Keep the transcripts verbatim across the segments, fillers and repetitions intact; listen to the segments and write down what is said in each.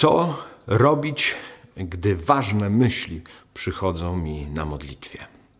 Co robić, gdy ważne myśli przychodzą mi na modlitwie?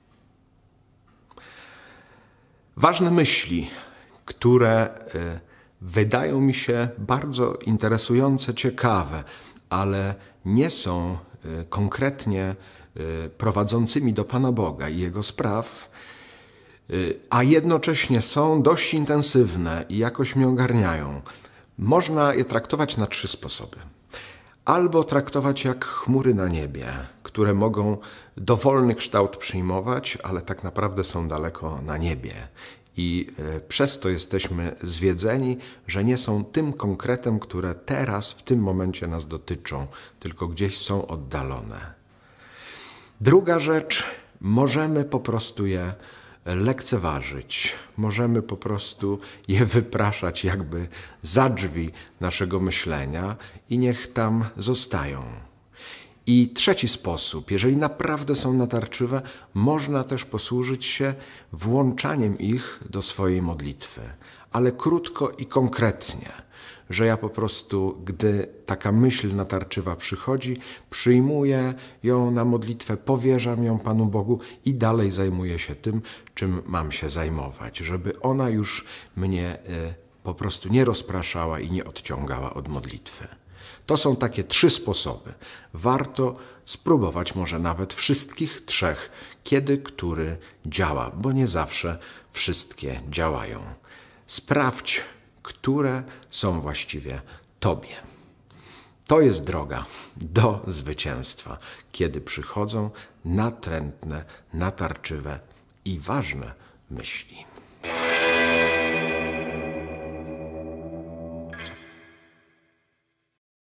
Ważne myśli, które wydają mi się bardzo interesujące, ciekawe, ale nie są konkretnie prowadzącymi do Pana Boga i Jego spraw, a jednocześnie są dość intensywne i jakoś mnie ogarniają. Można je traktować na trzy sposoby. Albo traktować jak chmury na niebie, które mogą dowolny kształt przyjmować, ale tak naprawdę są daleko na niebie. I przez to jesteśmy zwiedzeni, że nie są tym konkretem, które teraz, w tym momencie nas dotyczą, tylko gdzieś są oddalone. Druga rzecz, możemy po prostu je lekceważyć. Możemy po prostu je wypraszać jakby za drzwi naszego myślenia i niech tam zostają. I trzeci sposób, jeżeli naprawdę są natarczywe, można też posłużyć się włączaniem ich do swojej modlitwy, ale krótko i konkretnie, że ja po prostu, gdy taka myśl natarczywa przychodzi, przyjmuję ją na modlitwę, powierzam ją Panu Bogu i dalej zajmuję się tym, czym mam się zajmować, żeby ona już mnie po prostu nie rozpraszała i nie odciągała od modlitwy. To są takie trzy sposoby. Warto spróbować może nawet wszystkich trzech, kiedy który działa, bo nie zawsze wszystkie działają. Sprawdź, które są właściwie Tobie. To jest droga do zwycięstwa, kiedy przychodzą natrętne, natarczywe i ważne myśli.